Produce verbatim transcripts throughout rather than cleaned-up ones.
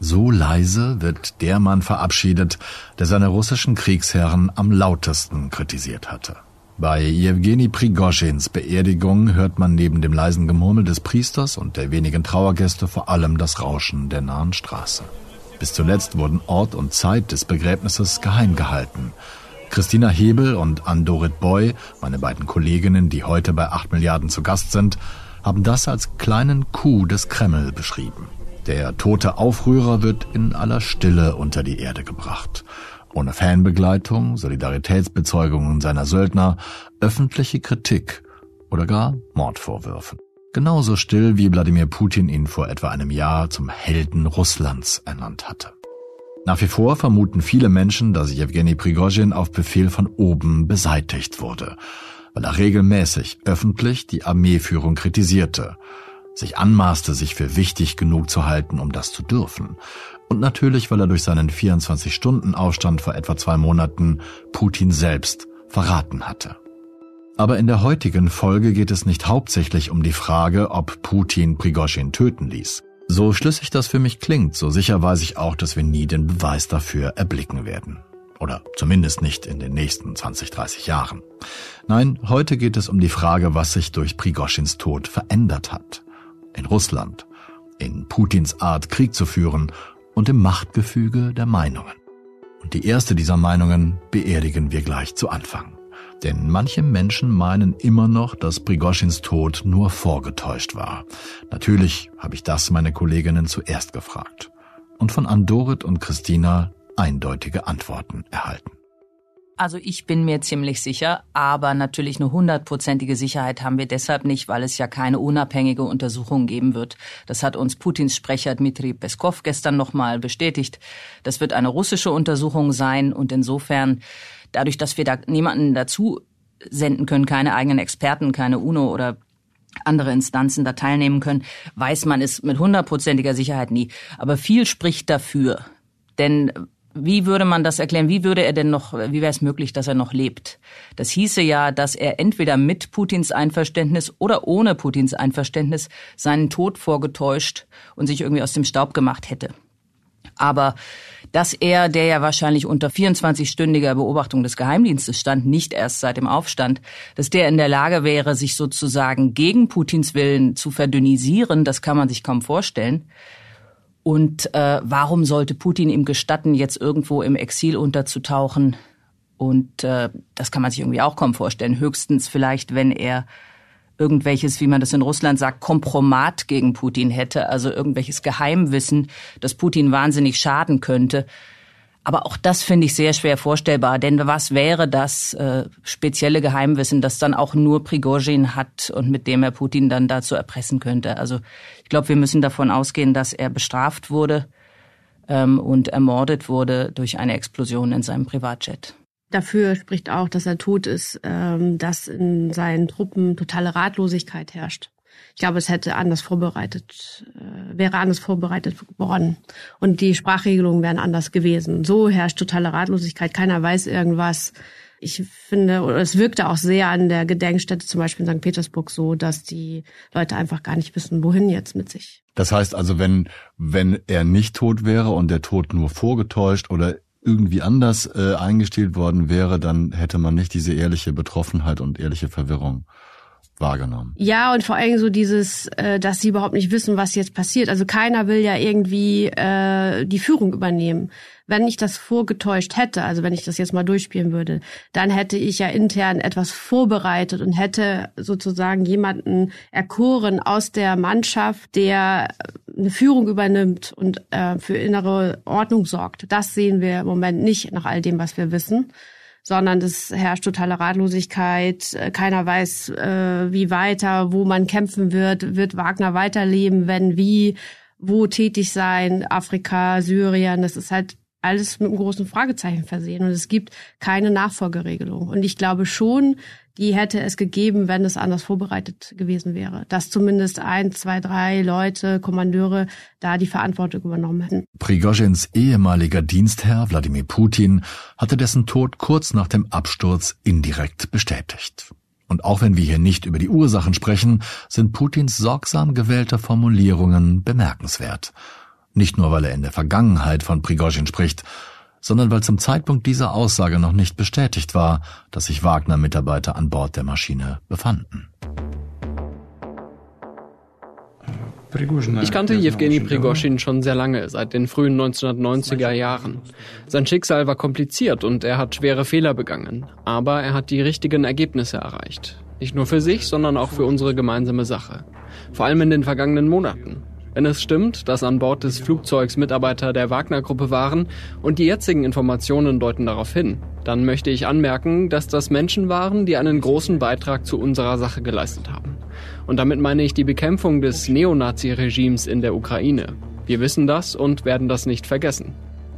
So leise wird der Mann verabschiedet, der seine russischen Kriegsherren am lautesten kritisiert hatte. Bei Jewgeni Prigozhins Beerdigung hört man neben dem leisen Gemurmel des Priesters und der wenigen Trauergäste vor allem das Rauschen der nahen Straße. Bis zuletzt wurden Ort und Zeit des Begräbnisses geheim gehalten. Christina Hebel und Ann-Dorit Boy, meine beiden Kolleginnen, die heute bei acht Milliarden zu Gast sind, haben das als kleinen Coup des Kreml beschrieben. Der tote Aufrührer wird in aller Stille unter die Erde gebracht. Ohne Fanbegleitung, Solidaritätsbezeugungen seiner Söldner, öffentliche Kritik oder gar Mordvorwürfe. Genauso still, wie Wladimir Putin ihn vor etwa einem Jahr zum Helden Russlands ernannt hatte. Nach wie vor vermuten viele Menschen, dass Jewgeni Prigozhin auf Befehl von oben beseitigt wurde, weil er regelmäßig öffentlich die Armeeführung kritisierte, sich anmaßte, sich für wichtig genug zu halten, um das zu dürfen. Und natürlich, weil er durch seinen vierundzwanzig-Stunden-Aufstand vor etwa zwei Monaten Putin selbst verraten hatte. Aber in der heutigen Folge geht es nicht hauptsächlich um die Frage, ob Putin Prigozhin töten ließ. So schlüssig das für mich klingt, so sicher weiß ich auch, dass wir nie den Beweis dafür erblicken werden. Oder zumindest nicht in den nächsten zwanzig, dreißig Jahren. Nein, heute geht es um die Frage, was sich durch Prigozhins Tod verändert hat. In Russland, in Putins Art, Krieg zu führen und im Machtgefüge der Meinungen. Und die erste dieser Meinungen beerdigen wir gleich zu Anfang. Denn manche Menschen meinen immer noch, dass Prigozhins Tod nur vorgetäuscht war. Natürlich habe ich das meine Kolleginnen zuerst gefragt. Und von Ann-Dorit und Christina eindeutige Antworten erhalten. Also ich bin mir ziemlich sicher, aber natürlich eine hundertprozentige Sicherheit haben wir deshalb nicht, weil es ja keine unabhängige Untersuchung geben wird. Das hat uns Putins Sprecher Dmitri Peskov gestern nochmal bestätigt. Das wird eine russische Untersuchung sein und insofern, dadurch, dass wir da niemanden dazu senden können, keine eigenen Experten, keine UNO oder andere Instanzen da teilnehmen können, weiß man es mit hundertprozentiger Sicherheit nie. Aber viel spricht dafür, denn wie würde man das erklären? Wie würde er denn noch, wie wäre es möglich, dass er noch lebt? Das hieße ja, dass er entweder mit Putins Einverständnis oder ohne Putins Einverständnis seinen Tod vorgetäuscht und sich irgendwie aus dem Staub gemacht hätte. Aber dass er, der ja wahrscheinlich unter vierundzwanzig-stündiger Beobachtung des Geheimdienstes stand, nicht erst seit dem Aufstand, dass der in der Lage wäre, sich sozusagen gegen Putins Willen zu verdünnisieren, das kann man sich kaum vorstellen. Und äh, warum sollte Putin ihm gestatten, jetzt irgendwo im Exil unterzutauchen? Und äh, das kann man sich irgendwie auch kaum vorstellen. Höchstens vielleicht, wenn er irgendwelches, wie man das in Russland sagt, Kompromat gegen Putin hätte, also irgendwelches Geheimwissen, das Putin wahnsinnig schaden könnte. Aber auch das finde ich sehr schwer vorstellbar, denn was wäre das äh, spezielle Geheimwissen, das dann auch nur Prigozhin hat und mit dem er Putin dann dazu erpressen könnte? Also ich glaube, wir müssen davon ausgehen, dass er bestraft wurde ähm, und ermordet wurde durch eine Explosion in seinem Privatjet. Dafür spricht auch, dass er tot ist, ähm, dass in seinen Truppen totale Ratlosigkeit herrscht. Ich glaube, es hätte anders vorbereitet, äh, wäre anders vorbereitet worden. Und die Sprachregelungen wären anders gewesen. So herrscht totale Ratlosigkeit. Keiner weiß irgendwas. Ich finde, oder es wirkte auch sehr an der Gedenkstätte, zum Beispiel in Sankt Petersburg, so, dass die Leute einfach gar nicht wissen, wohin jetzt mit sich. Das heißt also, wenn, wenn er nicht tot wäre und der Tod nur vorgetäuscht oder irgendwie anders äh, eingestellt worden wäre, dann hätte man nicht diese ehrliche Betroffenheit und ehrliche Verwirrung wahrgenommen. Ja, und vor allem so dieses, äh, dass sie überhaupt nicht wissen, was jetzt passiert. Also keiner will ja irgendwie äh, die Führung übernehmen. Wenn ich das vorgetäuscht hätte, also wenn ich das jetzt mal durchspielen würde, dann hätte ich ja intern etwas vorbereitet und hätte sozusagen jemanden erkoren aus der Mannschaft, der eine Führung übernimmt und äh, für innere Ordnung sorgt. Das sehen wir im Moment nicht nach all dem, was wir wissen, sondern es herrscht totale Ratlosigkeit. Keiner weiß, äh, wie weiter, wo man kämpfen wird. Wird Wagner weiterleben, wenn, wie, wo tätig sein? Afrika, Syrien, das ist halt alles mit einem großen Fragezeichen versehen. Und es gibt keine Nachfolgeregelung. Und ich glaube schon, die hätte es gegeben, wenn es anders vorbereitet gewesen wäre. Dass zumindest ein, zwei, drei Leute, Kommandeure, da die Verantwortung übernommen hätten. Prigozhins ehemaliger Dienstherr Wladimir Putin hatte dessen Tod kurz nach dem Absturz indirekt bestätigt. Und auch wenn wir hier nicht über die Ursachen sprechen, sind Putins sorgsam gewählte Formulierungen bemerkenswert. Nicht nur, weil er in der Vergangenheit von Prigozhin spricht, sondern weil zum Zeitpunkt dieser Aussage noch nicht bestätigt war, dass sich Wagner-Mitarbeiter an Bord der Maschine befanden. Ich kannte Jewgeni Prigozhin schon sehr lange, seit den frühen neunzehnhundertneunziger Jahren. Sein Schicksal war kompliziert und er hat schwere Fehler begangen. Aber er hat die richtigen Ergebnisse erreicht. Nicht nur für sich, sondern auch für unsere gemeinsame Sache. Vor allem in den vergangenen Monaten. Wenn es stimmt, dass an Bord des Flugzeugs Mitarbeiter der Wagner-Gruppe waren und die jetzigen Informationen deuten darauf hin, dann möchte ich anmerken, dass das Menschen waren, die einen großen Beitrag zu unserer Sache geleistet haben. Und damit meine ich die Bekämpfung des Neonazi-Regimes in der Ukraine. Wir wissen das und werden das nicht vergessen.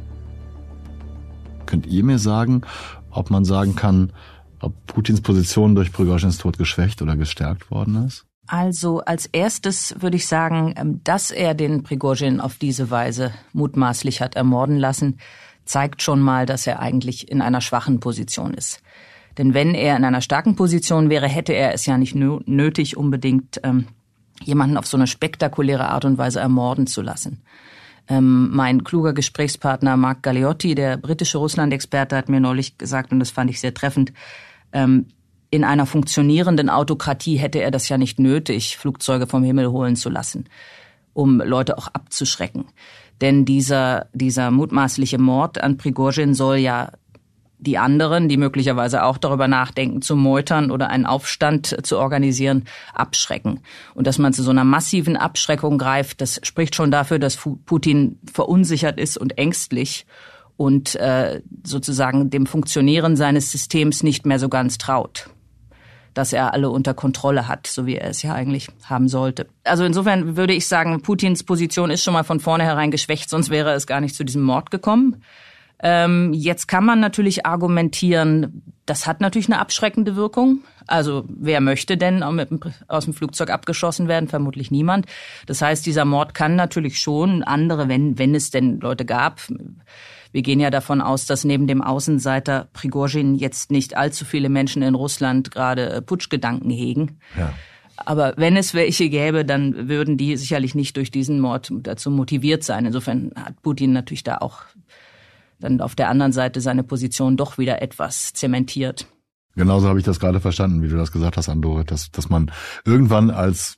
Könnt ihr mir sagen, ob man sagen kann, ob Putins Position durch Prigozhins Tod geschwächt oder gestärkt worden ist? Also als erstes würde ich sagen, dass er den Prigozhin auf diese Weise mutmaßlich hat ermorden lassen, zeigt schon mal, dass er eigentlich in einer schwachen Position ist. Denn wenn er in einer starken Position wäre, hätte er es ja nicht nötig, unbedingt ähm, jemanden auf so eine spektakuläre Art und Weise ermorden zu lassen. Ähm, mein kluger Gesprächspartner Mark Galeotti, der britische Russland-Experte, hat mir neulich gesagt, und das fand ich sehr treffend, ähm, in einer funktionierenden Autokratie hätte er das ja nicht nötig, Flugzeuge vom Himmel holen zu lassen, um Leute auch abzuschrecken. Denn dieser, dieser mutmaßliche Mord an Prigozhin soll ja die anderen, die möglicherweise auch darüber nachdenken, zu meutern oder einen Aufstand zu organisieren, abschrecken. Und dass man zu so einer massiven Abschreckung greift, das spricht schon dafür, dass Putin verunsichert ist und ängstlich und äh, sozusagen dem Funktionieren seines Systems nicht mehr so ganz traut, dass er alle unter Kontrolle hat, so wie er es ja eigentlich haben sollte. Also insofern würde ich sagen, Putins Position ist schon mal von vornherein geschwächt, sonst wäre es gar nicht zu diesem Mord gekommen. Ähm, jetzt kann man natürlich argumentieren, das hat natürlich eine abschreckende Wirkung. Also wer möchte denn aus dem Flugzeug abgeschossen werden? Vermutlich niemand. Das heißt, dieser Mord kann natürlich schon andere, wenn, wenn es denn Leute gab. Wir gehen ja davon aus, dass neben dem Außenseiter Prigozhin jetzt nicht allzu viele Menschen in Russland gerade Putschgedanken hegen. Ja. Aber wenn es welche gäbe, dann würden die sicherlich nicht durch diesen Mord dazu motiviert sein. Insofern hat Putin natürlich da auch dann auf der anderen Seite seine Position doch wieder etwas zementiert. Genauso habe ich das gerade verstanden, wie du das gesagt hast, Ann-Dorit, dass, dass man irgendwann als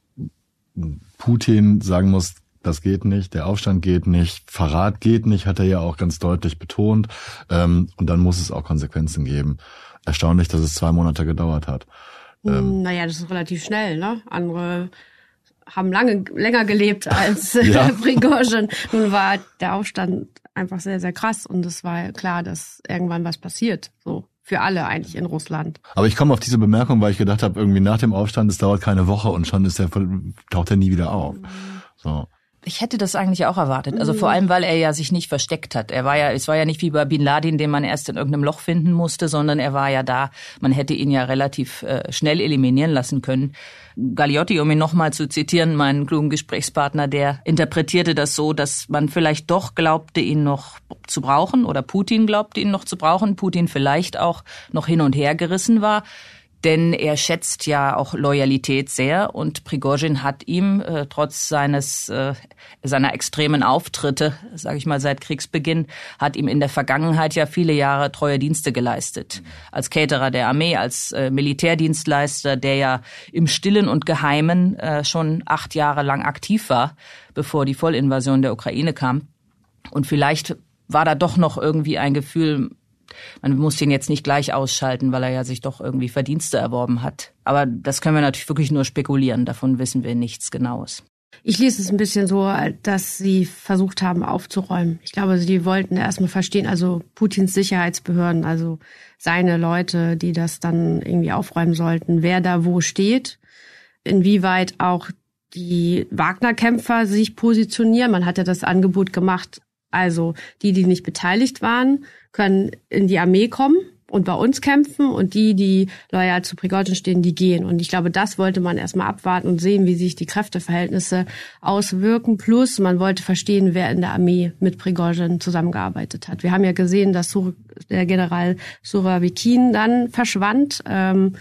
Putin sagen muss, das geht nicht, der Aufstand geht nicht, Verrat geht nicht, hat er ja auch ganz deutlich betont. Ähm, und dann muss es auch Konsequenzen geben. Erstaunlich, dass es zwei Monate gedauert hat. Ähm, naja, das ist relativ schnell, ne? Andere haben lange länger gelebt als ja. Prigozhin. Nun war der Aufstand einfach sehr, sehr krass und es war klar, dass irgendwann was passiert. So für alle eigentlich in Russland. Aber ich komme auf diese Bemerkung, weil ich gedacht habe, irgendwie nach dem Aufstand, es dauert keine Woche und schon ist der, taucht er nie wieder auf. So. Ich hätte das eigentlich auch erwartet. Also vor allem, weil er ja sich nicht versteckt hat. Er war ja, es war ja nicht wie bei Bin Laden, den man erst in irgendeinem Loch finden musste, sondern er war ja da. Man hätte ihn ja relativ äh, schnell eliminieren lassen können. Galeotti, um ihn nochmal zu zitieren, meinen klugen Gesprächspartner, der interpretierte das so, dass man vielleicht doch glaubte, ihn noch zu brauchen oder Putin glaubte, ihn noch zu brauchen. Putin vielleicht auch noch hin und her gerissen war. Denn er schätzt ja auch Loyalität sehr und Prigozhin hat ihm äh, trotz seines äh, seiner extremen Auftritte, sage ich mal seit Kriegsbeginn, hat ihm in der Vergangenheit ja viele Jahre treue Dienste geleistet. Als Caterer der Armee, als äh, Militärdienstleister, der ja im Stillen und Geheimen äh, schon acht Jahre lang aktiv war, bevor die Vollinvasion der Ukraine kam. Und vielleicht war da doch noch irgendwie ein Gefühl, man muss den jetzt nicht gleich ausschalten, weil er ja sich doch irgendwie Verdienste erworben hat. Aber das können wir natürlich wirklich nur spekulieren. Davon wissen wir nichts Genaues. Ich lese es ein bisschen so, dass sie versucht haben aufzuräumen. Ich glaube, sie wollten erstmal verstehen, also Putins Sicherheitsbehörden, also seine Leute, die das dann irgendwie aufräumen sollten, wer da wo steht, inwieweit auch die Wagner-Kämpfer sich positionieren. Man hat ja das Angebot gemacht, also die, die nicht beteiligt waren, können in die Armee kommen und bei uns kämpfen und die, die loyal zu Prigozhin stehen, die gehen. Und ich glaube, das wollte man erstmal abwarten und sehen, wie sich die Kräfteverhältnisse auswirken. Plus, man wollte verstehen, wer in der Armee mit Prigozhin zusammengearbeitet hat. Wir haben ja gesehen, dass der General Surovikin dann verschwand.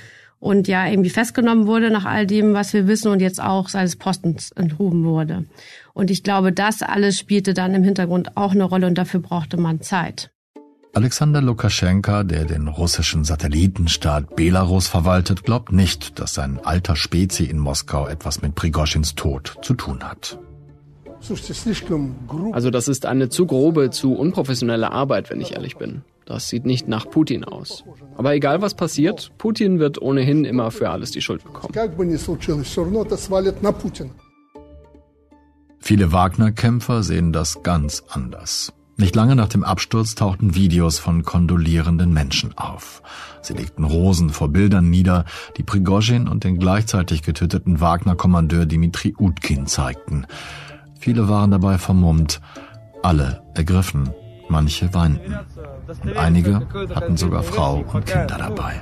und ja irgendwie festgenommen wurde nach all dem, was wir wissen und jetzt auch seines Postens enthoben wurde. Und ich glaube, das alles spielte dann im Hintergrund auch eine Rolle und dafür brauchte man Zeit. Alexander Lukaschenka, der den russischen Satellitenstaat Belarus verwaltet, glaubt nicht, dass sein alter Spezi in Moskau etwas mit Prigoschins Tod zu tun hat. Also das ist eine zu grobe, zu unprofessionelle Arbeit, wenn ich ehrlich bin. Das sieht nicht nach Putin aus. Aber egal was passiert, Putin wird ohnehin immer für alles die Schuld bekommen. Viele Wagner-Kämpfer sehen das ganz anders. Nicht lange nach dem Absturz tauchten Videos von kondolierenden Menschen auf. Sie legten Rosen vor Bildern nieder, die Prigoschin und den gleichzeitig getöteten Wagner-Kommandeur Dmitri Utkin zeigten. Viele waren dabei vermummt, alle ergriffen, manche weinten. Und einige hatten sogar Frau und Kinder dabei.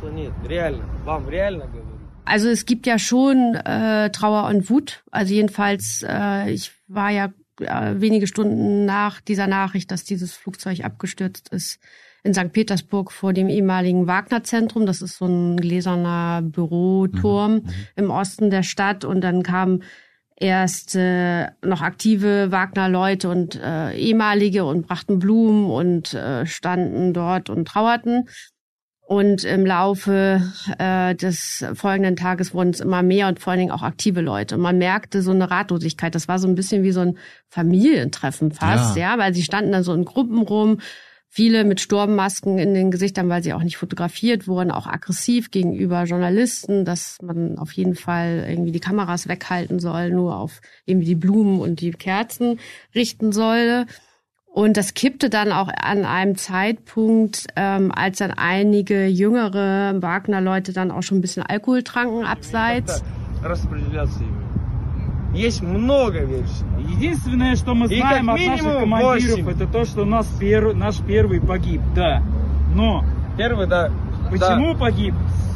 Also es gibt ja schon äh, Trauer und Wut. Also jedenfalls, äh, ich war ja äh, wenige Stunden nach dieser Nachricht, dass dieses Flugzeug abgestürzt ist, in Sankt Petersburg vor dem ehemaligen Wagner-Zentrum. Das ist so ein gläserner Büroturm mhm. im Osten der Stadt. Und dann kamen erst äh, noch aktive Wagner-Leute und äh, ehemalige und brachten Blumen und äh, standen dort und trauerten. Und im Laufe äh, des folgenden Tages wurden es immer mehr und vor allen Dingen auch aktive Leute. Und man merkte so eine Ratlosigkeit. Das war so ein bisschen wie so ein Familientreffen fast, ja, ja weil sie standen dann so in Gruppen rum. Viele mit Sturmmasken in den Gesichtern, weil sie auch nicht fotografiert wurden, auch aggressiv gegenüber Journalisten, dass man auf jeden Fall irgendwie die Kameras weghalten soll, nur auf irgendwie die Blumen und die Kerzen richten soll. Und das kippte dann auch an einem Zeitpunkt, ähm, als dann einige jüngere Wagner-Leute dann auch schon ein bisschen Alkohol tranken abseits. Есть много версий. Единственное, что мы знаем от наших командиров, это то, что наш первый, наш первый погиб. Да. Но первый, да. Почему погиб?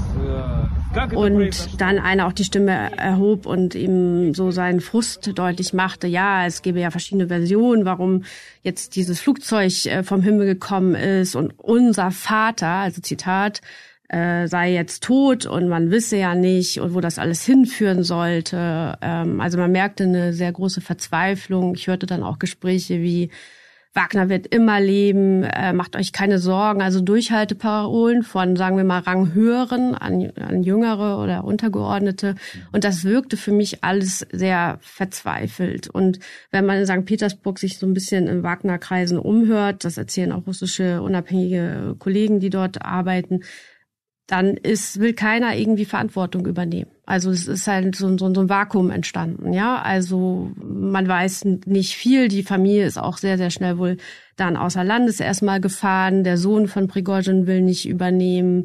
Und dann einer auch die Stimme erhob und ihm so seinen Frust deutlich machte. Ja, es gäbe ja verschiedene Versionen, warum jetzt dieses Flugzeug vom Himmel gekommen ist. Und unser Vater, also Zitat, sei jetzt tot und man wisse ja nicht und wo das alles hinführen sollte. Also man merkte eine sehr große Verzweiflung. Ich hörte dann auch Gespräche wie, Wagner wird immer leben, macht euch keine Sorgen. Also Durchhalteparolen von, sagen wir mal, Ranghöheren an, an Jüngere oder Untergeordnete. Und das wirkte für mich alles sehr verzweifelt. Und wenn man in Sankt Petersburg sich so ein bisschen in Wagner-Kreisen umhört, das erzählen auch russische unabhängige Kollegen, die dort arbeiten, dann ist, will keiner irgendwie Verantwortung übernehmen. Also es ist halt so, so, so ein Vakuum entstanden, ja. Also man weiß nicht viel. Die Familie ist auch sehr, sehr schnell wohl dann außer Landes erstmal gefahren. Der Sohn von Prigoschin will nicht übernehmen,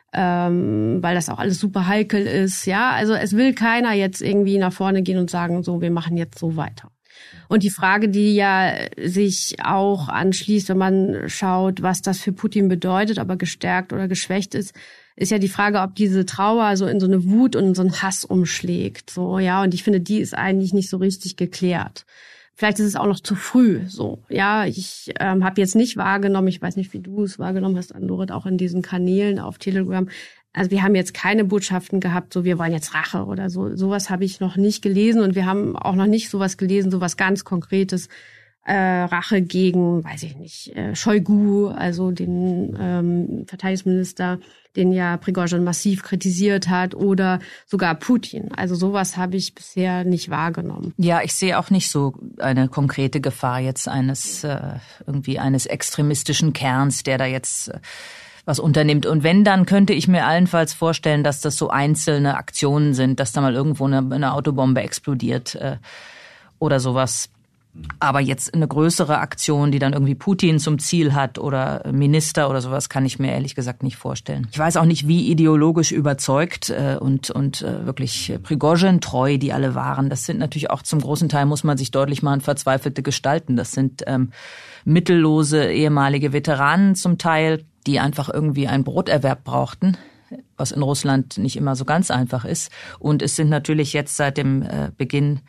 ähm, weil das auch alles super heikel ist, ja. Also es will keiner jetzt irgendwie nach vorne gehen und sagen, so, wir machen jetzt so weiter. Und die Frage, die ja sich auch anschließt, wenn man schaut, was das für Putin bedeutet, ob er gestärkt oder geschwächt ist, ist ja die Frage, ob diese Trauer so in so eine Wut und in so einen Hass umschlägt. So, ja, und ich finde, die ist eigentlich nicht so richtig geklärt. Vielleicht ist es auch noch zu früh. So, ja, ich ähm, habe jetzt nicht wahrgenommen, ich weiß nicht, wie du es wahrgenommen hast, Ann-Dorit, auch in diesen Kanälen auf Telegram. Also wir haben jetzt keine Botschaften gehabt, so wir wollen jetzt Rache oder so. Sowas habe ich noch nicht gelesen und wir haben auch noch nicht sowas gelesen, sowas ganz Konkretes. Äh, Rache gegen, weiß ich nicht, äh, Shoigu, also den ähm, Verteidigungsminister, den ja Prigoschin massiv kritisiert hat, oder sogar Putin. Also sowas habe ich bisher nicht wahrgenommen. Ja, ich sehe auch nicht so eine konkrete Gefahr jetzt eines äh, irgendwie eines extremistischen Kerns, der da jetzt äh, was unternimmt. Und wenn, dann könnte ich mir allenfalls vorstellen, dass das so einzelne Aktionen sind, dass da mal irgendwo eine, eine Autobombe explodiert äh, oder sowas. Aber jetzt eine größere Aktion, die dann irgendwie Putin zum Ziel hat oder Minister oder sowas, kann ich mir ehrlich gesagt nicht vorstellen. Ich weiß auch nicht, wie ideologisch überzeugt äh, und und äh, wirklich Prigoschin treu die alle waren. Das sind natürlich auch zum großen Teil, muss man sich deutlich machen, verzweifelte Gestalten. Das sind ähm, mittellose ehemalige Veteranen zum Teil, die einfach irgendwie einen Broterwerb brauchten, was in Russland nicht immer so ganz einfach ist. Und es sind natürlich jetzt seit dem äh, Beginn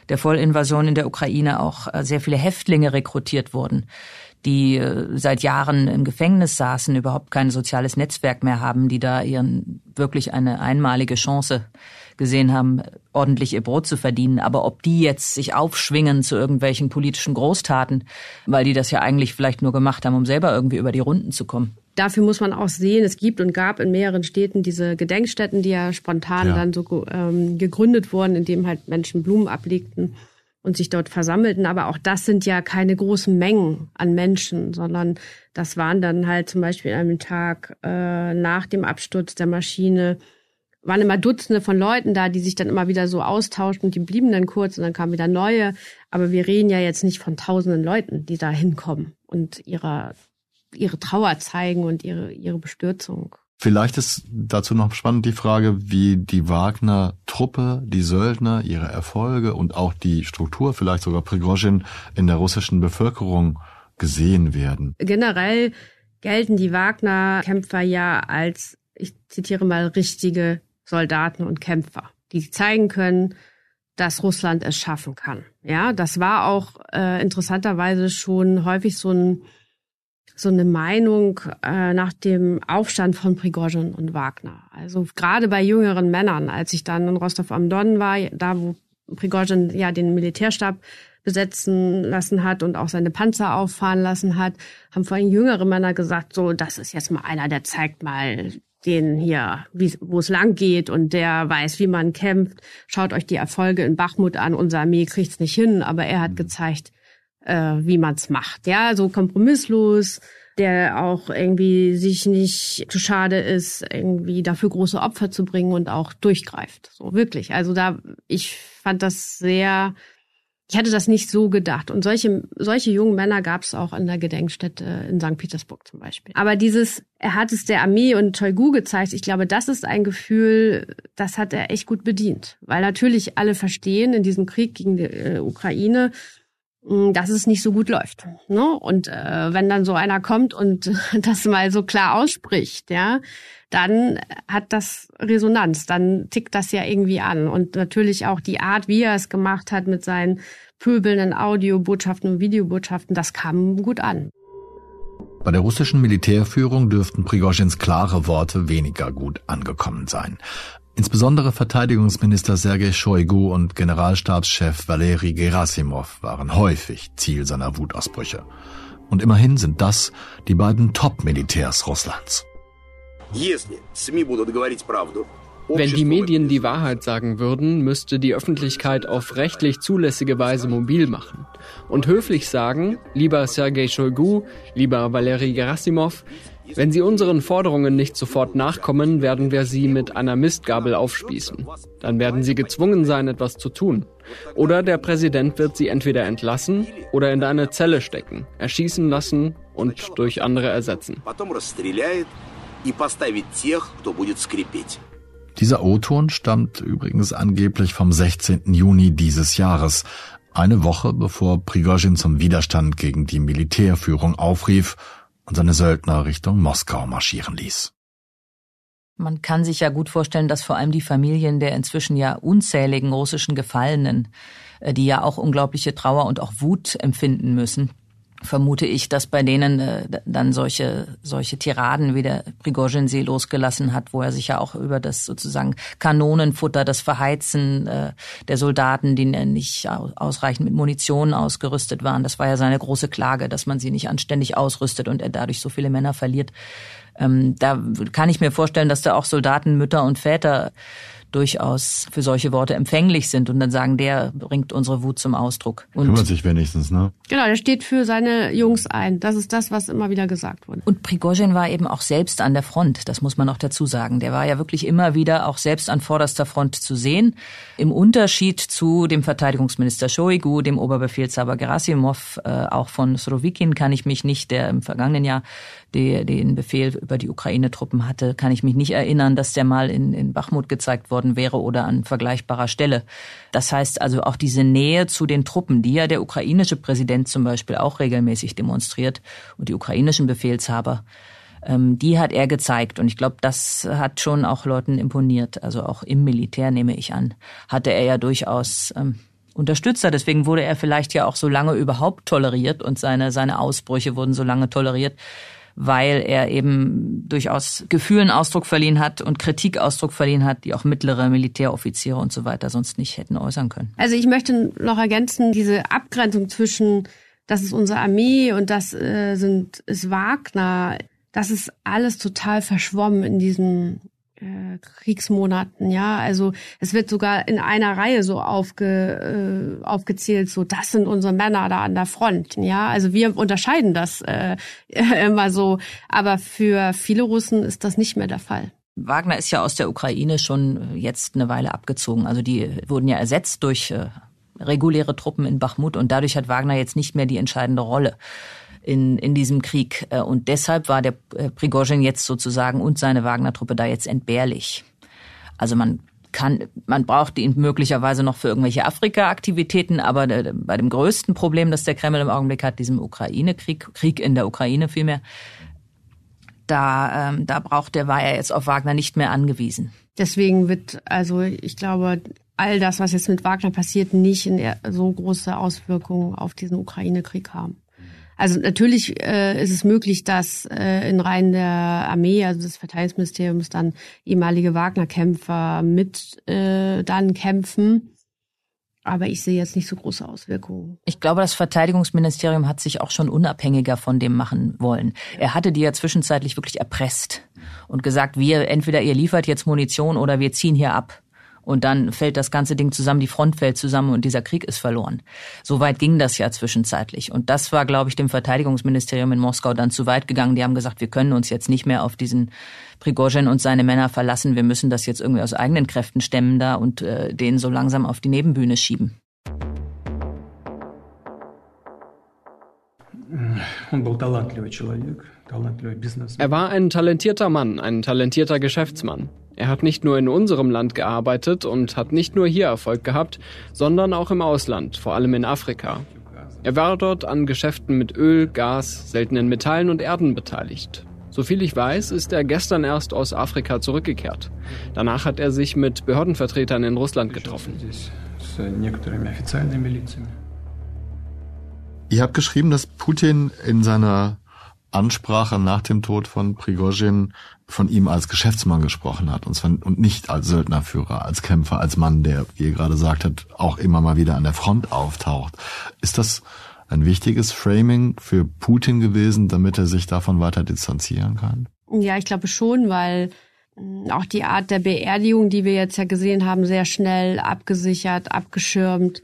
der Vollinvasion in der Ukraine auch sehr viele Häftlinge rekrutiert wurden, die seit Jahren im Gefängnis saßen, überhaupt kein soziales Netzwerk mehr haben, die da ihren wirklich eine einmalige Chance gesehen haben, ordentlich ihr Brot zu verdienen. Aber ob die jetzt sich aufschwingen zu irgendwelchen politischen Großtaten, weil die das ja eigentlich vielleicht nur gemacht haben, um selber irgendwie über die Runden zu kommen. Dafür muss man auch sehen, es gibt und gab in mehreren Städten diese Gedenkstätten, die ja spontan ja. dann so ähm, gegründet wurden, in dem halt Menschen Blumen ablegten und sich dort versammelten. Aber auch das sind ja keine großen Mengen an Menschen, sondern das waren dann halt zum Beispiel an einem Tag äh, nach dem Absturz der Maschine, waren immer Dutzende von Leuten da, die sich dann immer wieder so austauschten und die blieben dann kurz und dann kamen wieder neue. Aber wir reden ja jetzt nicht von tausenden Leuten, die da hinkommen und ihre, ihre Trauer zeigen und ihre, ihre Bestürzung. Vielleicht ist dazu noch spannend die Frage, wie die Wagner-Truppe, die Söldner, ihre Erfolge und auch die Struktur, vielleicht sogar Prigozhin, in der russischen Bevölkerung gesehen werden. Generell gelten die Wagner-Kämpfer ja als, ich zitiere mal, richtige Soldaten und Kämpfer, die zeigen können, dass Russland es schaffen kann. Ja, das war auch äh, interessanterweise schon häufig so ein so eine Meinung äh, nach dem Aufstand von Prigozhin und Wagner. Also gerade bei jüngeren Männern, als ich dann in Rostov am Don war, da wo Prigozhin ja den Militärstab besetzen lassen hat und auch seine Panzer auffahren lassen hat, haben vor allem jüngere Männer gesagt, so, das ist jetzt mal einer, der zeigt mal den hier, wo es lang geht und der weiß, wie man kämpft. Schaut euch die Erfolge in Bachmut an. Unsere Armee kriegt's nicht hin, aber er hat gezeigt, äh, wie man's macht. Ja, so kompromisslos, der auch irgendwie sich nicht zu schade ist, irgendwie dafür große Opfer zu bringen und auch durchgreift. So wirklich. Also da, ich fand das sehr, ich hatte das nicht so gedacht. Und solche, solche jungen Männer gab es auch in der Gedenkstätte in Sankt Petersburg zum Beispiel. Aber dieses, er hat es der Armee und Shoigu gezeigt, ich glaube, das ist ein Gefühl, das hat er echt gut bedient. Weil natürlich alle verstehen in diesem Krieg gegen die äh, Ukraine, dass es nicht so gut läuft. Ne? Und äh, wenn dann so einer kommt und das mal so klar ausspricht, ja, dann hat das Resonanz, dann tickt das ja irgendwie an. Und natürlich auch die Art, wie er es gemacht hat mit seinen pöbelnden Audiobotschaften und Videobotschaften, das kam gut an. Bei der russischen Militärführung dürften Prigozhins klare Worte weniger gut angekommen sein. Insbesondere Verteidigungsminister Sergei Shoigu und Generalstabschef Valeri Gerasimov waren häufig Ziel seiner Wutausbrüche. Und immerhin sind das die beiden Top-Militärs Russlands. Wenn die Medien die Wahrheit sagen würden, müsste die Öffentlichkeit auf rechtlich zulässige Weise mobil machen und höflich sagen, lieber Sergei Shoigu, lieber Valeri Gerasimov, wenn Sie unseren Forderungen nicht sofort nachkommen, werden wir Sie mit einer Mistgabel aufspießen. Dann werden Sie gezwungen sein, etwas zu tun. Oder der Präsident wird Sie entweder entlassen oder in eine Zelle stecken, erschießen lassen und durch andere ersetzen. Dieser O-Ton stammt übrigens angeblich vom sechzehnten Juni dieses Jahres, eine Woche bevor Prigozhin zum Widerstand gegen die Militärführung aufrief und seine Söldner Richtung Moskau marschieren ließ. Man kann sich ja gut vorstellen, dass vor allem die Familien der inzwischen ja unzähligen russischen Gefallenen, die ja auch unglaubliche Trauer und auch Wut empfinden müssen, vermute ich, dass bei denen äh, dann solche solche Tiraden wie der Prigozhin sie losgelassen hat, wo er sich ja auch über das sozusagen Kanonenfutter, das Verheizen äh, der Soldaten, die nicht ausreichend mit Munition ausgerüstet waren, das war ja seine große Klage, dass man sie nicht anständig ausrüstet und er dadurch so viele Männer verliert. Ähm, da kann ich mir vorstellen, dass da auch Soldaten, Mütter und Väter durchaus für solche Worte empfänglich sind und dann sagen, der bringt unsere Wut zum Ausdruck. Und kümmert sich wenigstens, ne? Genau, der steht für seine Jungs ein. Das ist das, was immer wieder gesagt wurde. Und Prigozhin war eben auch selbst an der Front, das muss man noch dazu sagen. Der war ja wirklich immer wieder auch selbst an vorderster Front zu sehen. Im Unterschied zu dem Verteidigungsminister Shoigu, dem Oberbefehlshaber Gerasimov, äh, auch von Surovikin kann ich mich nicht, der im vergangenen Jahr die, den Befehl über die Ukraine-Truppen hatte, kann ich mich nicht erinnern, dass der mal in, in Bachmut gezeigt worden wäre oder an vergleichbarer Stelle. Das heißt also auch diese Nähe zu den Truppen, die ja der ukrainische Präsident zum Beispiel auch regelmäßig demonstriert und die ukrainischen Befehlshaber, ähm, die hat er gezeigt. Und ich glaube, das hat schon auch Leuten imponiert. Also auch im Militär, nehme ich an, hatte er ja durchaus ähm, Unterstützer. Deswegen wurde er vielleicht ja auch so lange überhaupt toleriert und seine, seine Ausbrüche wurden so lange toleriert, weil er eben durchaus Gefühlen Ausdruck verliehen hat und Kritik Ausdruck verliehen hat, die auch mittlere Militäroffiziere und so weiter sonst nicht hätten äußern können. Also ich möchte noch ergänzen, diese Abgrenzung zwischen, das ist unsere Armee und das äh, sind, ist Wagner, das ist alles total verschwommen in diesen äh, Kriegsmonaten, ja. Also es wird sogar in einer Reihe so aufge, äh, aufgezählt, so das sind unsere Männer da an der Front, ja. Also wir unterscheiden das äh, immer so, aber für viele Russen ist das nicht mehr der Fall. Wagner ist ja aus der Ukraine schon jetzt eine Weile abgezogen. Also die wurden ja ersetzt durch äh, reguläre Truppen in Bachmut und dadurch hat Wagner jetzt nicht mehr die entscheidende Rolle in in diesem Krieg. Und deshalb war der Prigozhin jetzt sozusagen und seine Wagner-Truppe da jetzt entbehrlich. Also man kann, man braucht ihn möglicherweise noch für irgendwelche Afrika-Aktivitäten, aber bei dem größten Problem, das der Kreml im Augenblick hat, diesem Ukraine-Krieg, Krieg in der Ukraine vielmehr, da, ähm, da braucht der, war er jetzt auf Wagner nicht mehr angewiesen. Deswegen wird, also ich glaube, all das, was jetzt mit Wagner passiert, nicht in so große Auswirkungen auf diesen Ukraine-Krieg haben. Also natürlich äh, ist es möglich, dass äh, in Reihen der Armee, also des Verteidigungsministeriums, dann ehemalige Wagner-Kämpfer mit äh, dann kämpfen. Aber ich sehe jetzt nicht so große Auswirkungen. Ich glaube, das Verteidigungsministerium hat sich auch schon unabhängiger von dem machen wollen. Er hatte die ja zwischenzeitlich wirklich erpresst und gesagt, wir entweder ihr liefert jetzt Munition oder wir ziehen hier ab. Und dann fällt das ganze Ding zusammen, die Front fällt zusammen und dieser Krieg ist verloren. So weit ging das ja zwischenzeitlich. Und das war, glaube ich, dem Verteidigungsministerium in Moskau dann zu weit gegangen. Die haben gesagt, wir können uns jetzt nicht mehr auf diesen Prigozhin und seine Männer verlassen. Wir müssen das jetzt irgendwie aus eigenen Kräften stemmen da und äh, den so langsam auf die Nebenbühne schieben. Er war ein talentierter Mann, ein talentierter Geschäftsmann. Er hat nicht nur in unserem Land gearbeitet und hat nicht nur hier Erfolg gehabt, sondern auch im Ausland, vor allem in Afrika. Er war dort an Geschäften mit Öl, Gas, seltenen Metallen und Erden beteiligt. Soviel ich weiß, ist er gestern erst aus Afrika zurückgekehrt. Danach hat er sich mit Behördenvertretern in Russland getroffen. Ihr habt geschrieben, dass Putin in seiner Ansprache nach dem Tod von Prigozhin von ihm als Geschäftsmann gesprochen hat und zwar und nicht als Söldnerführer, als Kämpfer, als Mann, der, wie ihr gerade sagt habt, auch immer mal wieder an der Front auftaucht. Ist das ein wichtiges Framing für Putin gewesen, damit er sich davon weiter distanzieren kann? Ja, ich glaube schon, weil auch die Art der Beerdigung, die wir jetzt ja gesehen haben, sehr schnell abgesichert, abgeschirmt,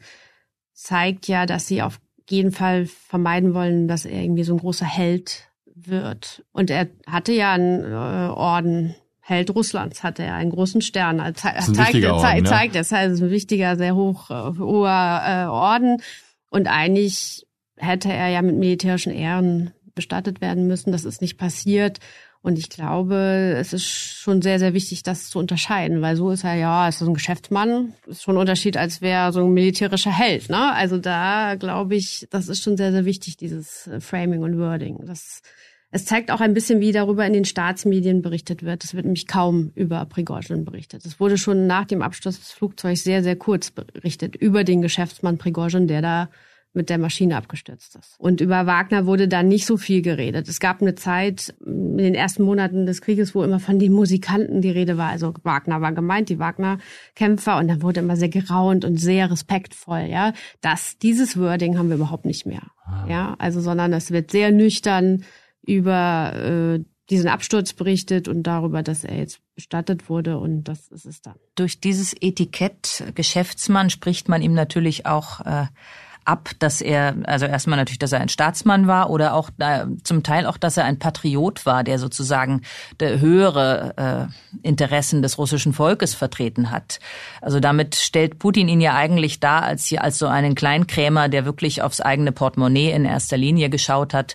zeigt ja, dass sie auf jeden Fall vermeiden wollen, dass er irgendwie so ein großer Held wird. Und er hatte ja einen äh, Orden, Held Russlands, hatte er einen großen Stern. Er ze- das ist ein zeigt, wichtiger Orden, ze- zeigt, das heißt, ein wichtiger, sehr hoch, äh, hoher äh, Orden. Und eigentlich hätte er ja mit militärischen Ehren bestattet werden müssen. Das ist nicht passiert. Und ich glaube, es ist schon sehr, sehr wichtig, das zu unterscheiden, weil so ist er, ja, ist so ein Geschäftsmann, ist schon ein Unterschied, als wäre so ein militärischer Held, ne? Also da glaube ich, das ist schon sehr, sehr wichtig, dieses Framing und Wording. Das, es zeigt auch ein bisschen, wie darüber in den Staatsmedien berichtet wird. Es wird nämlich kaum über Prigozhin berichtet. Es wurde schon nach dem Absturz des Flugzeugs sehr, sehr kurz berichtet über den Geschäftsmann Prigozhin, der da mit der Maschine abgestürzt ist. Und über Wagner wurde da nicht so viel geredet. Es gab eine Zeit in den ersten Monaten des Krieges, wo immer von den Musikanten die Rede war. Also Wagner war gemeint, die Wagner-Kämpfer. Und dann wurde immer sehr geraunt und sehr respektvoll. Ja, das, dieses Wording haben wir überhaupt nicht mehr. Ja, also sondern es wird sehr nüchtern über äh, diesen Absturz berichtet und darüber, dass er jetzt bestattet wurde. Und das ist es dann. Durch dieses Etikett Geschäftsmann spricht man ihm natürlich auch äh, ab, dass er, also erstmal natürlich, dass er ein Staatsmann war oder auch äh, zum Teil auch, dass er ein Patriot war, der sozusagen der höhere äh, Interessen des russischen Volkes vertreten hat. Also damit stellt Putin ihn ja eigentlich dar als hier als so einen Kleinkrämer, der wirklich aufs eigene Portemonnaie in erster Linie geschaut hat.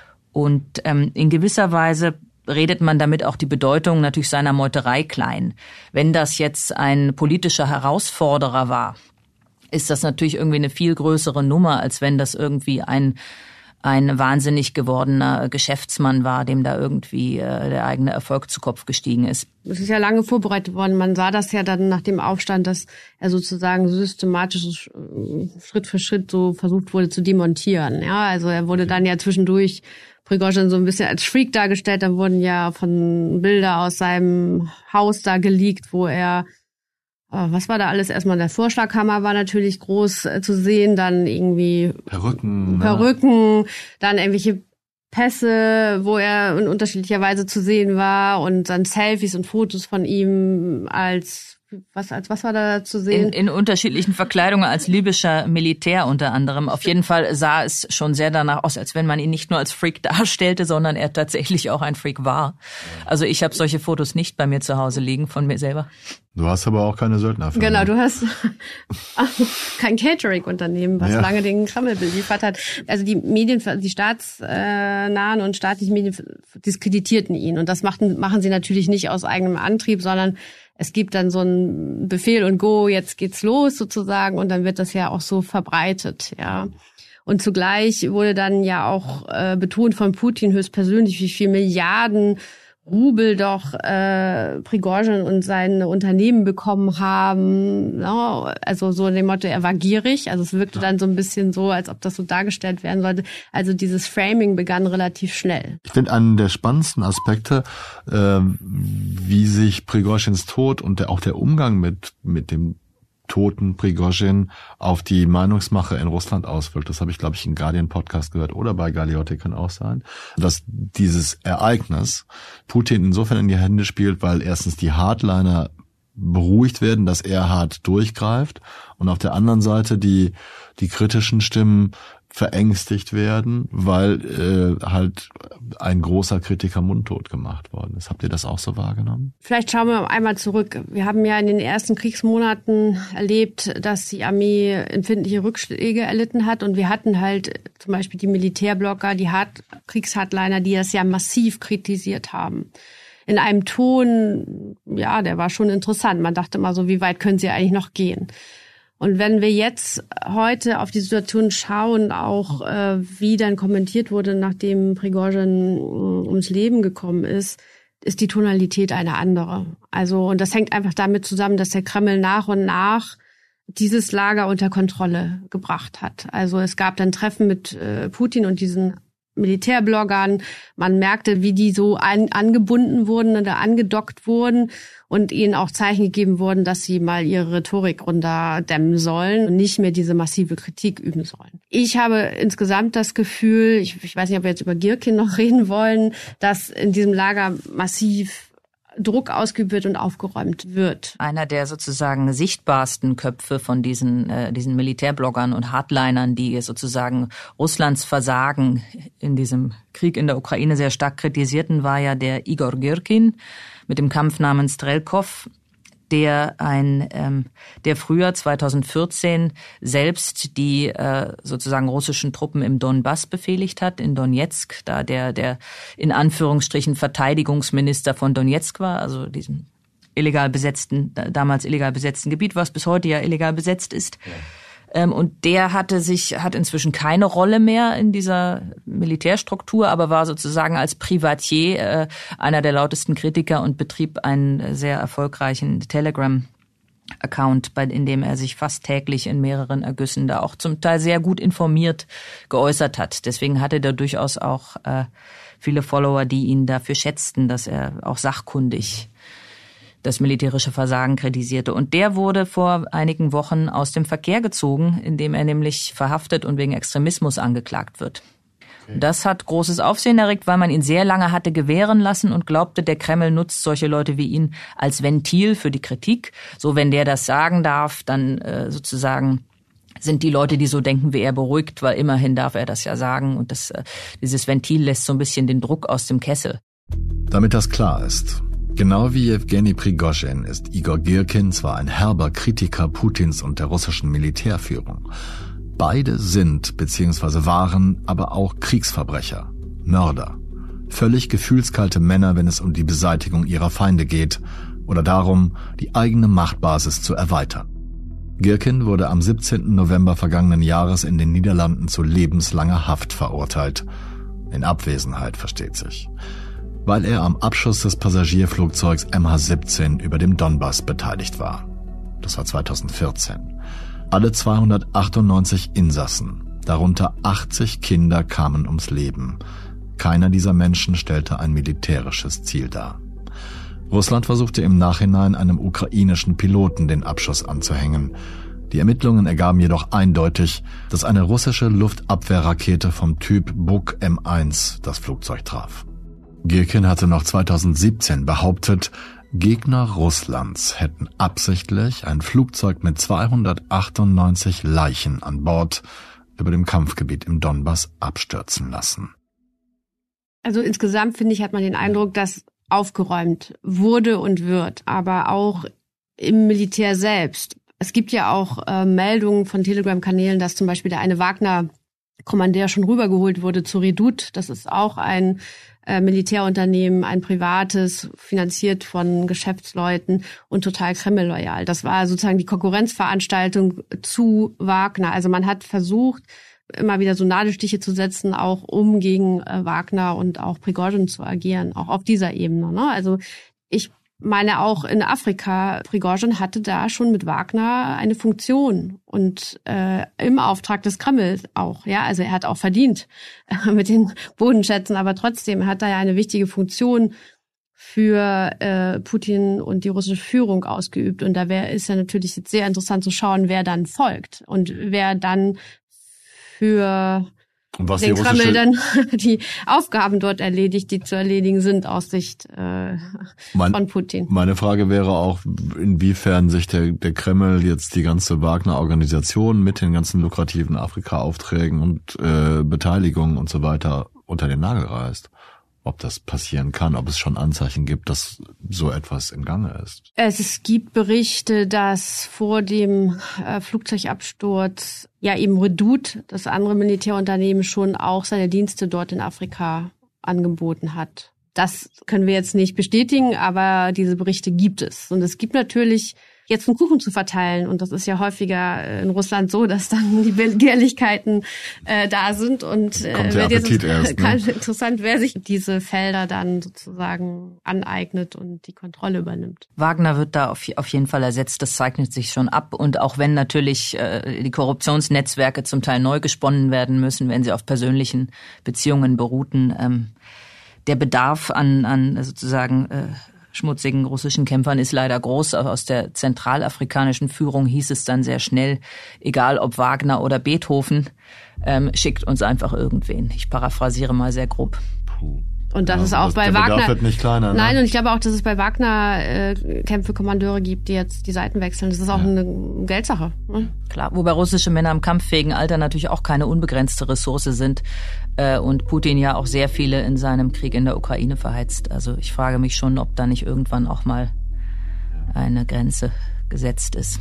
Und ähm, in gewisser Weise redet man damit auch die Bedeutung natürlich seiner Meuterei klein. Wenn das jetzt ein politischer Herausforderer war, ist das natürlich irgendwie eine viel größere Nummer, als wenn das irgendwie ein ein wahnsinnig gewordener Geschäftsmann war, dem da irgendwie äh, der eigene Erfolg zu Kopf gestiegen ist. Es ist ja lange vorbereitet worden. Man sah das ja dann nach dem Aufstand, dass er sozusagen systematisch Schritt für Schritt so versucht wurde zu demontieren. Ja, also er wurde dann ja zwischendurch Prigozhin so ein bisschen als Freak dargestellt. Da wurden ja von Bilder aus seinem Haus da geleakt, wo er was war da alles? Erstmal der Vorschlaghammer war natürlich groß äh, zu sehen, dann irgendwie Perücken, Perücken, ja. Dann irgendwelche Pässe, wo er in unterschiedlicher Weise zu sehen war und dann Selfies und Fotos von ihm als was als was war da zu sehen? In, in unterschiedlichen Verkleidungen als libyscher Militär unter anderem. Auf jeden Fall sah es schon sehr danach aus, als wenn man ihn nicht nur als Freak darstellte, sondern er tatsächlich auch ein Freak war. Also ich habe solche Fotos nicht bei mir zu Hause liegen von mir selber. Du hast aber auch keine Söldnerfirma. Genau, du hast kein Catering-Unternehmen, was ja. lange den Kreml beliefert hat. Also die Medien, die staatsnahen und staatlichen Medien diskreditierten ihn. Und das machten, machen sie natürlich nicht aus eigenem Antrieb, sondern es gibt dann so einen Befehl und Go, jetzt geht's los sozusagen. Und dann wird das ja auch so verbreitet, ja. Und zugleich wurde dann ja auch äh, betont von Putin höchstpersönlich, wie viel Milliarden Rubel doch äh, Prigozhin und seine Unternehmen bekommen haben. No, also so in dem Motto, er war gierig. Also es wirkte ja. dann so ein bisschen so, als ob das so dargestellt werden sollte. Also dieses Framing begann relativ schnell. Ich finde einen der spannendsten Aspekte, äh, wie sich Prigozhins Tod und der, auch der Umgang mit mit dem toten Prigozhin auf die Meinungsmache in Russland auswirkt. Das habe ich, glaube ich, im Guardian-Podcast gehört oder bei Galeotti kann auch sein, dass dieses Ereignis Putin insofern in die Hände spielt, weil erstens die Hardliner beruhigt werden, dass er hart durchgreift und auf der anderen Seite die die kritischen Stimmen verängstigt werden, weil äh, halt ein großer Kritiker mundtot gemacht worden ist. Habt ihr das auch so wahrgenommen? Vielleicht schauen wir einmal zurück. Wir haben ja in den ersten Kriegsmonaten erlebt, dass die Armee empfindliche Rückschläge erlitten hat und wir hatten halt zum Beispiel die Militärblogger, die Hard- Kriegshardliner, die das ja massiv kritisiert haben. In einem Ton, ja, der war schon interessant. Man dachte mal so, wie weit können sie eigentlich noch gehen? Und wenn wir jetzt heute auf die Situation schauen, auch äh, wie dann kommentiert wurde, nachdem Prigozhin äh, ums Leben gekommen ist, ist die Tonalität eine andere. Also und das hängt einfach damit zusammen, dass der Kreml nach und nach dieses Lager unter Kontrolle gebracht hat. Also es gab dann Treffen mit äh, Putin und diesen Militärbloggern. Man merkte, wie die so an, angebunden wurden oder angedockt wurden und ihnen auch Zeichen gegeben wurden, dass sie mal ihre Rhetorik runterdämmen sollen und nicht mehr diese massive Kritik üben sollen. Ich habe insgesamt das Gefühl, ich, ich weiß nicht, ob wir jetzt über Girkin noch reden wollen, dass in diesem Lager massiv Druck ausgeübt wird und aufgeräumt wird. Einer der sozusagen sichtbarsten Köpfe von diesen äh, diesen Militärbloggern und Hardlinern, die sozusagen Russlands Versagen in diesem Krieg in der Ukraine sehr stark kritisierten, war ja der Igor Girkin mit dem Kampfnamen Strelkov, der ein ähm, der früher zweitausendvierzehn selbst die äh, sozusagen russischen Truppen im Donbass befehligt hat, in Donetsk, da der der in Anführungsstrichen Verteidigungsminister von Donetsk war, also diesem illegal besetzten, damals illegal besetzten Gebiet, was bis heute ja illegal besetzt ist. Ja. Ähm, und der hatte sich, hat inzwischen keine Rolle mehr in dieser Militärstruktur, aber war sozusagen als Privatier äh, einer der lautesten Kritiker und betrieb einen sehr erfolgreichen Telegram-Account, bei, in dem er sich fast täglich in mehreren Ergüssen da auch zum Teil sehr gut informiert geäußert hat. Deswegen hatte er durchaus auch äh, viele Follower, die ihn dafür schätzten, dass er auch sachkundig das militärische Versagen kritisierte. Und der wurde vor einigen Wochen aus dem Verkehr gezogen, indem er nämlich verhaftet und wegen Extremismus angeklagt wird. Okay. Das hat großes Aufsehen erregt, weil man ihn sehr lange hatte gewähren lassen und glaubte, der Kreml nutzt solche Leute wie ihn als Ventil für die Kritik. So, wenn der das sagen darf, dann äh, sozusagen sind die Leute, die so denken wie er, beruhigt, weil immerhin darf er das ja sagen. Und das, äh, dieses Ventil lässt so ein bisschen den Druck aus dem Kessel. Damit das klar ist: Genau wie Jewgeni Prigozhin ist Igor Girkin zwar ein herber Kritiker Putins und der russischen Militärführung. Beide sind bzw. waren aber auch Kriegsverbrecher, Mörder, völlig gefühlskalte Männer, wenn es um die Beseitigung ihrer Feinde geht oder darum, die eigene Machtbasis zu erweitern. Girkin wurde am siebzehnten November vergangenen Jahres in den Niederlanden zu lebenslanger Haft verurteilt. In Abwesenheit, versteht sich. Weil er am Abschuss des Passagierflugzeugs M H siebzehn über dem Donbass beteiligt war. Das war zweitausendvierzehn. Alle zweihundertachtundneunzig Insassen, darunter achtzig Kinder, kamen ums Leben. Keiner dieser Menschen stellte ein militärisches Ziel dar. Russland versuchte im Nachhinein einem ukrainischen Piloten den Abschuss anzuhängen. Die Ermittlungen ergaben jedoch eindeutig, dass eine russische Luftabwehrrakete vom Typ Buk M eins das Flugzeug traf. Girkin hatte noch zweitausendsiebzehn behauptet, Gegner Russlands hätten absichtlich ein Flugzeug mit zweihundertachtundneunzig Leichen an Bord über dem Kampfgebiet im Donbass abstürzen lassen. Also insgesamt, finde ich, hat man den Eindruck, dass aufgeräumt wurde und wird, aber auch im Militär selbst. Es gibt ja auch äh, Meldungen von Telegram-Kanälen, dass zum Beispiel der eine Wagner-Kommandeur schon rübergeholt wurde zu Redut. Das ist auch ein äh, Militärunternehmen, ein privates, finanziert von Geschäftsleuten und total Kreml-loyal. Das war sozusagen die Konkurrenzveranstaltung zu Wagner. Also man hat versucht, immer wieder so Nadelstiche zu setzen, auch um gegen äh, Wagner und auch Prigozhin zu agieren, auch auf dieser Ebene. Ne? Also ich meine, auch in Afrika, Prigozhin hatte da schon mit Wagner eine Funktion und äh, im Auftrag des Kreml auch. Ja, also er hat auch verdient äh, mit den Bodenschätzen, aber trotzdem hat er ja eine wichtige Funktion für äh, Putin und die russische Führung ausgeübt. Und da wär, ist ja natürlich jetzt sehr interessant zu schauen, wer dann folgt und wer dann für was den die Kreml dann die Aufgaben dort erledigt, die zu erledigen sind aus Sicht äh, mein, von Putin. Meine Frage wäre auch, inwiefern sich der, der Kreml jetzt die ganze Wagner-Organisation mit den ganzen lukrativen Afrika-Aufträgen und äh, Beteiligungen und so weiter unter den Nagel reißt. Ob das passieren kann, ob es schon Anzeichen gibt, dass so etwas im Gange ist. Es, es gibt Berichte, dass vor dem äh, Flugzeugabsturz ja eben Redut, das andere Militärunternehmen, schon auch seine Dienste dort in Afrika angeboten hat. Das können wir jetzt nicht bestätigen, aber diese Berichte gibt es. Und es gibt natürlich jetzt einen Kuchen zu verteilen. Und das ist ja häufiger in Russland so, dass dann die Begehrlichkeiten äh, da sind. Und äh, Kommt der Appetit erst, ne? Interessant, wer sich diese Felder dann sozusagen aneignet und die Kontrolle übernimmt. Wagner wird da auf, auf jeden Fall ersetzt. Das zeichnet sich schon ab. Und auch wenn natürlich äh, die Korruptionsnetzwerke zum Teil neu gesponnen werden müssen, wenn sie auf persönlichen Beziehungen beruhten, ähm, der Bedarf an, an sozusagen äh, schmutzigen russischen Kämpfern ist leider groß. Aus der zentralafrikanischen Führung hieß es dann sehr schnell, egal ob Wagner oder Beethoven, ähm, schickt uns einfach irgendwen. Ich paraphrasiere mal sehr grob. Puh. Und das ja, ist auch das, bei der Wagner. Bedarf wird nicht kleiner, ne? Nein, und ich glaube auch, dass es bei Wagner äh, Kämpfe, Kommandeure gibt, die jetzt die Seiten wechseln. Das ist auch ja. eine Geldsache. Ne? Klar, wobei russische Männer im kampffähigen Alter natürlich auch keine unbegrenzte Ressource sind äh, und Putin ja auch sehr viele in seinem Krieg in der Ukraine verheizt. Also ich frage mich schon, ob da nicht irgendwann auch mal eine Grenze gesetzt ist.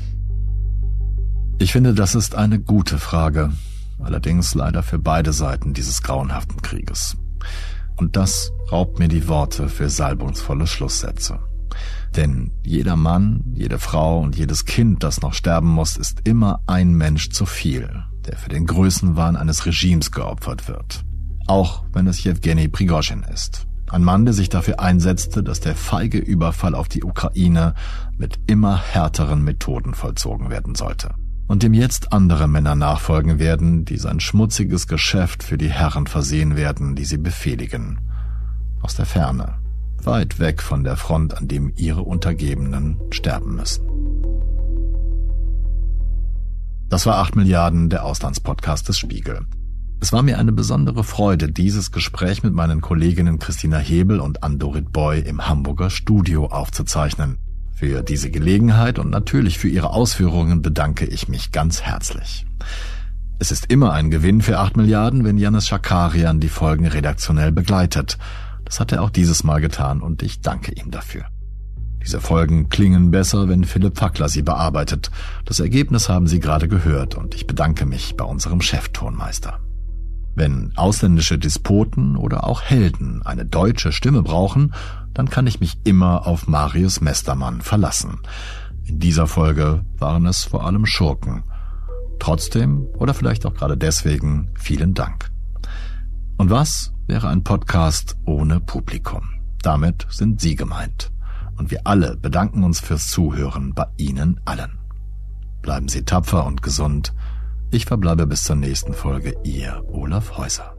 Ich finde, das ist eine gute Frage. Allerdings leider für beide Seiten dieses grauenhaften Krieges. Und das raubt mir die Worte für salbungsvolle Schlusssätze. Denn jeder Mann, jede Frau und jedes Kind, das noch sterben muss, ist immer ein Mensch zu viel, der für den Größenwahn eines Regimes geopfert wird. Auch wenn es Jewgeni Prigozhin ist. Ein Mann, der sich dafür einsetzte, dass der feige Überfall auf die Ukraine mit immer härteren Methoden vollzogen werden sollte. Und dem jetzt andere Männer nachfolgen werden, die sein schmutziges Geschäft für die Herren versehen werden, die sie befehligen. Aus der Ferne, weit weg von der Front, an dem ihre Untergebenen sterben müssen. Das war acht Milliarden, der Auslandspodcast des Spiegel. Es war mir eine besondere Freude, dieses Gespräch mit meinen Kolleginnen Christina Hebel und Ann-Dorit Boy im Hamburger Studio aufzuzeichnen. Für diese Gelegenheit und natürlich für Ihre Ausführungen bedanke ich mich ganz herzlich. Es ist immer ein Gewinn für acht Milliarden, wenn Janis Schakarian die Folgen redaktionell begleitet. Das hat er auch dieses Mal getan und ich danke ihm dafür. Diese Folgen klingen besser, wenn Philipp Fackler sie bearbeitet. Das Ergebnis haben Sie gerade gehört und ich bedanke mich bei unserem Cheftonmeister. Wenn ausländische Despoten oder auch Helden eine deutsche Stimme brauchen, dann kann ich mich immer auf Marius Mestermann verlassen. In dieser Folge waren es vor allem Schurken. Trotzdem, oder vielleicht auch gerade deswegen, vielen Dank. Und was wäre ein Podcast ohne Publikum? Damit sind Sie gemeint. Und wir alle bedanken uns fürs Zuhören bei Ihnen allen. Bleiben Sie tapfer und gesund. Ich verbleibe bis zur nächsten Folge, Ihr Olaf Häuser.